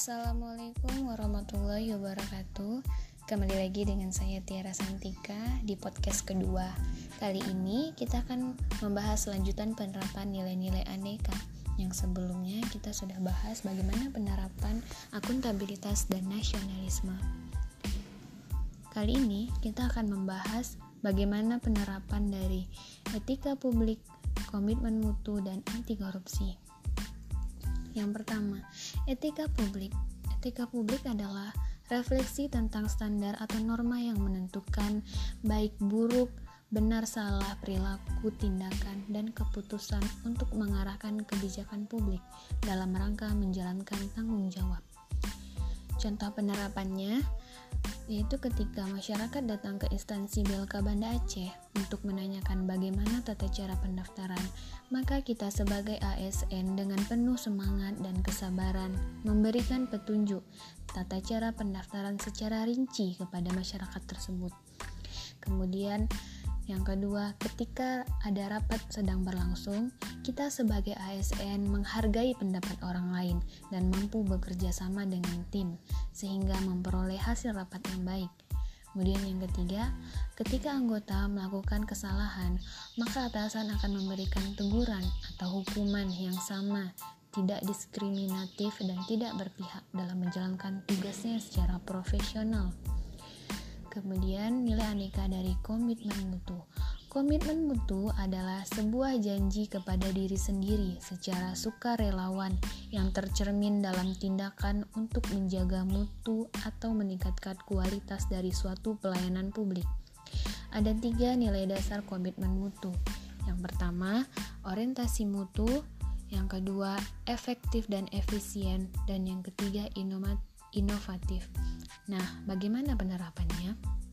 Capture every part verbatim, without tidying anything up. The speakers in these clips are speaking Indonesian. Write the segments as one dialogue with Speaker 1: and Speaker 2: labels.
Speaker 1: Assalamualaikum warahmatullahi wabarakatuh. Kembali lagi dengan saya Tiara Santika di podcast kedua. Kali ini kita akan membahas lanjutan penerapan nilai-nilai aneka yang sebelumnya kita sudah bahas bagaimana penerapan akuntabilitas dan nasionalisme. Kali ini kita akan membahas bagaimana penerapan dari etika publik, komitmen mutu, dan anti korupsi. Yang pertama, etika publik. Etika publik adalah refleksi tentang standar atau norma yang menentukan baik buruk, benar salah perilaku, tindakan, dan keputusan untuk mengarahkan kebijakan publik dalam rangka menjalankan tanggung jawab. Contoh penerapannya yaitu ketika masyarakat datang ke instansi B L K Banda Aceh untuk menanyakan bagaimana tata cara pendaftaran, maka kita sebagai A S N dengan penuh semangat dan kesabaran memberikan petunjuk tata cara pendaftaran secara rinci kepada masyarakat tersebut. Kemudian yang kedua, ketika ada rapat sedang berlangsung, kita sebagai A S N menghargai pendapat orang lain dan mampu bekerja sama dengan tim, sehingga memperoleh hasil rapat yang baik. Kemudian yang ketiga, ketika anggota melakukan kesalahan, maka atasan akan memberikan teguran atau hukuman yang sama, tidak diskriminatif dan tidak berpihak dalam menjalankan tugasnya secara profesional. Kemudian nilai aneka dari komitmen mutu. Komitmen mutu adalah sebuah janji kepada diri sendiri secara sukarelawan yang tercermin dalam tindakan untuk menjaga mutu atau meningkatkan kualitas dari suatu pelayanan publik. Ada tiga nilai dasar komitmen mutu. Yang pertama, orientasi mutu. Yang kedua, efektif dan efisien. Dan yang ketiga, inovatif. Nah, bagaimana penerapannya?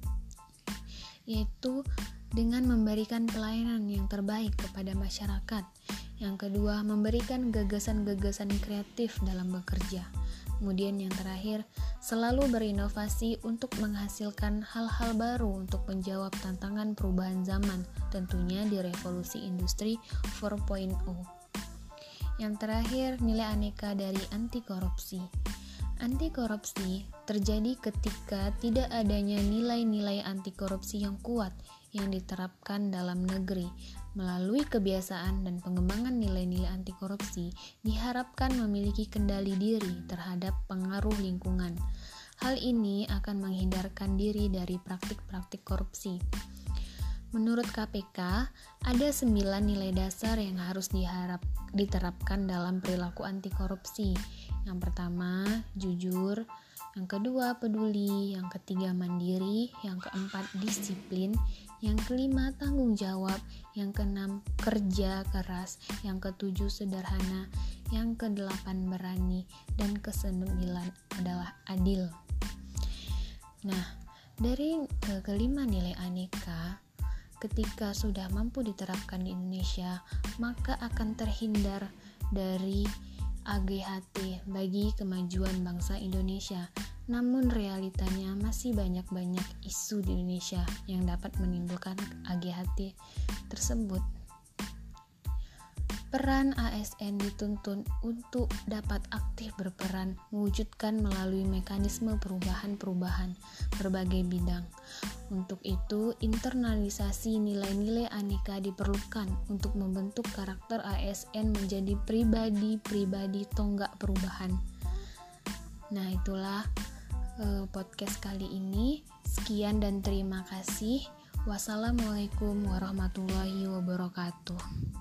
Speaker 1: Yaitu dengan memberikan pelayanan yang terbaik kepada masyarakat. Yang kedua, memberikan gagasan-gagasan kreatif dalam bekerja. Kemudian yang terakhir, selalu berinovasi untuk menghasilkan hal-hal baru untuk menjawab tantangan perubahan zaman, tentunya di revolusi industri empat titik nol. Yang terakhir, nilai aneka dari anti korupsi. Anti korupsi terjadi ketika tidak adanya nilai-nilai anti korupsi yang kuat yang diterapkan dalam negeri. Melalui kebiasaan dan pengembangan nilai-nilai anti korupsi diharapkan memiliki kendali diri terhadap pengaruh lingkungan. Hal ini akan menghindarkan diri dari praktik-praktik korupsi. Menurut K P K, ada sembilan nilai dasar yang harus diharap diterapkan dalam perilaku anti korupsi. Yang pertama, jujur. Yang kedua, peduli. Yang ketiga, mandiri. Yang keempat, disiplin. Yang kelima, tanggung jawab. Yang keenam, kerja keras. Yang ketujuh, sederhana. Yang kedelapan, berani. Dan kesembilan adalah adil. Nah, dari ke kelima nilai aneka, ketika sudah mampu diterapkan di Indonesia, maka akan terhindar dari A G H T bagi kemajuan bangsa Indonesia. Namun realitanya masih banyak-banyak isu di Indonesia yang dapat menimbulkan A G H T tersebut. Peran A S N dituntun untuk dapat aktif berperan mewujudkan melalui mekanisme perubahan-perubahan berbagai bidang. Untuk itu, internalisasi nilai-nilai aneka diperlukan untuk membentuk karakter A S N menjadi pribadi-pribadi tonggak perubahan. Nah, itulah eh, podcast kali ini. Sekian dan terima kasih. Wassalamualaikum warahmatullahi wabarakatuh.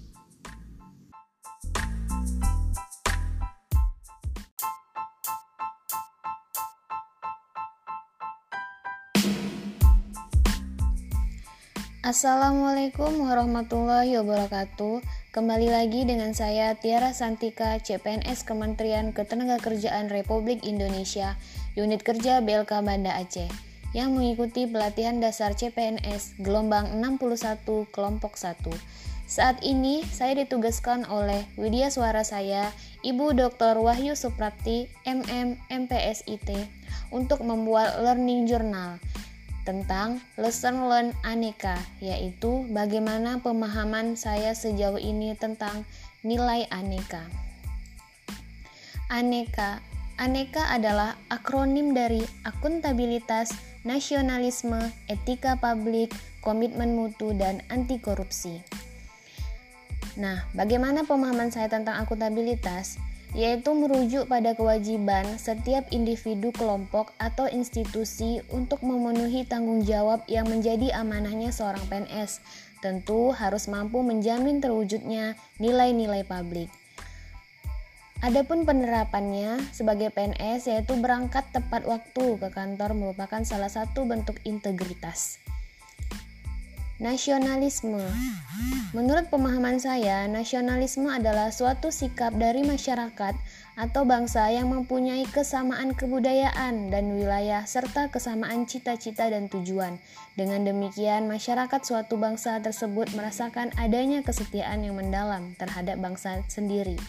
Speaker 1: Assalamualaikum warahmatullahi wabarakatuh. Kembali lagi dengan saya Tiara Santika, C P N S Kementerian Ketenagakerjaan Republik Indonesia, Unit Kerja B L K Banda Aceh, yang mengikuti pelatihan dasar C P N S gelombang enam puluh satu kelompok satu. Saat ini saya ditugaskan oleh widya suara saya, Ibu Doktor Wahyu Suprapti, M M M P S I T, untuk membuat learning journal tentang lesson learn aneka, yaitu bagaimana pemahaman saya sejauh ini tentang nilai aneka. Aneka Aneka adalah akronim dari akuntabilitas, nasionalisme, etika publik, komitmen mutu, dan anti korupsi. Nah, bagaimana pemahaman saya tentang akuntabilitas? Yaitu merujuk pada kewajiban setiap individu, kelompok, atau institusi untuk memenuhi tanggung jawab yang menjadi amanahnya seorang P N S. Tentu harus mampu menjamin terwujudnya nilai-nilai publik. Adapun penerapannya sebagai P N S yaitu berangkat tepat waktu ke kantor merupakan salah satu bentuk integritas. Nasionalisme. Menurut pemahaman saya, nasionalisme adalah suatu sikap dari masyarakat atau bangsa yang mempunyai kesamaan kebudayaan dan wilayah serta kesamaan cita-cita dan tujuan. Dengan demikian, masyarakat suatu bangsa tersebut merasakan adanya kesetiaan yang mendalam terhadap bangsa sendiri.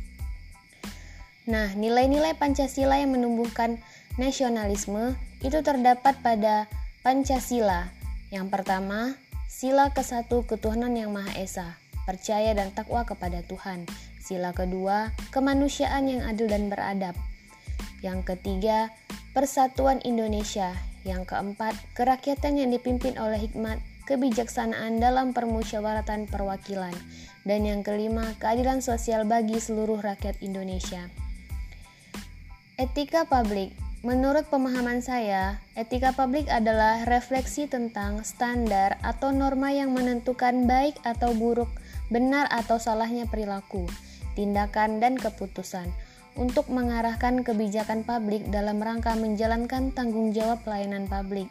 Speaker 1: Nah, nilai-nilai Pancasila yang menumbuhkan nasionalisme itu terdapat pada Pancasila. Yang pertama, sila kesatu ketuhanan yang Maha Esa, percaya dan takwa kepada Tuhan. Sila kedua, kemanusiaan yang adil dan beradab. Yang ketiga, persatuan Indonesia. Yang keempat, kerakyatan yang dipimpin oleh hikmat, kebijaksanaan dalam permusyawaratan perwakilan. Dan yang kelima, keadilan sosial bagi seluruh rakyat Indonesia. Etika publik. Menurut pemahaman saya, etika publik adalah refleksi tentang standar atau norma yang menentukan baik atau buruk, benar atau salahnya perilaku, tindakan, dan keputusan untuk mengarahkan kebijakan publik dalam rangka menjalankan tanggung jawab pelayanan publik.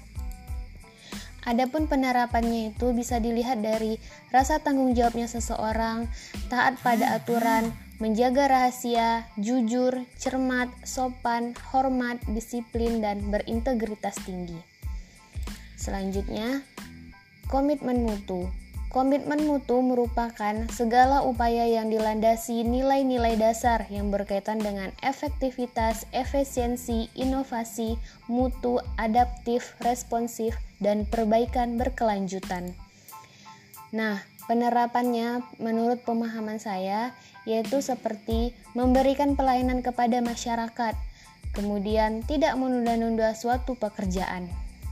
Speaker 1: Adapun penerapannya itu bisa dilihat dari rasa tanggung jawabnya seseorang, taat pada aturan, menjaga rahasia, jujur, cermat, sopan, hormat, disiplin, dan berintegritas tinggi. Selanjutnya, komitmen mutu. Komitmen mutu merupakan segala upaya yang dilandasi nilai-nilai dasar yang berkaitan dengan efektivitas, efisiensi, inovasi, mutu, adaptif, responsif, dan perbaikan berkelanjutan. Nah, penerapannya menurut pemahaman saya yaitu seperti memberikan pelayanan kepada masyarakat, kemudian tidak menunda-nunda suatu pekerjaan.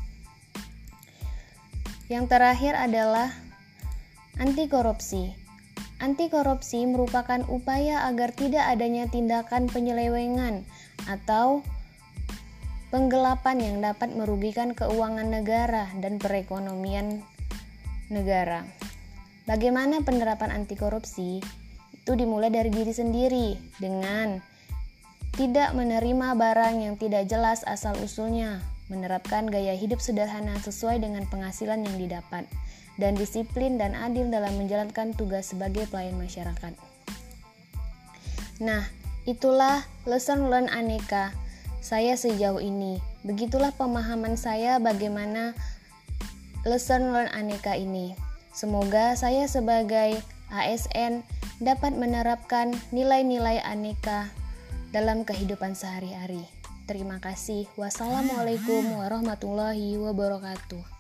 Speaker 1: Yang terakhir adalah anti korupsi. Anti korupsi merupakan upaya agar tidak adanya tindakan penyelewengan atau penggelapan yang dapat merugikan keuangan negara dan perekonomian negara. Bagaimana penerapan anti korupsi? Itu dimulai dari diri sendiri dengan tidak menerima barang yang tidak jelas asal-usulnya, menerapkan gaya hidup sederhana sesuai dengan penghasilan yang didapat, dan disiplin dan adil dalam menjalankan tugas sebagai pelayan masyarakat. Nah, itulah lesson learn Aneka saya sejauh ini. Begitulah pemahaman saya bagaimana lesson learn Aneka ini. Semoga saya sebagai A S N dapat menerapkan nilai-nilai Aneka dalam kehidupan sehari-hari. Terima kasih. Wassalamualaikum warahmatullahi wabarakatuh.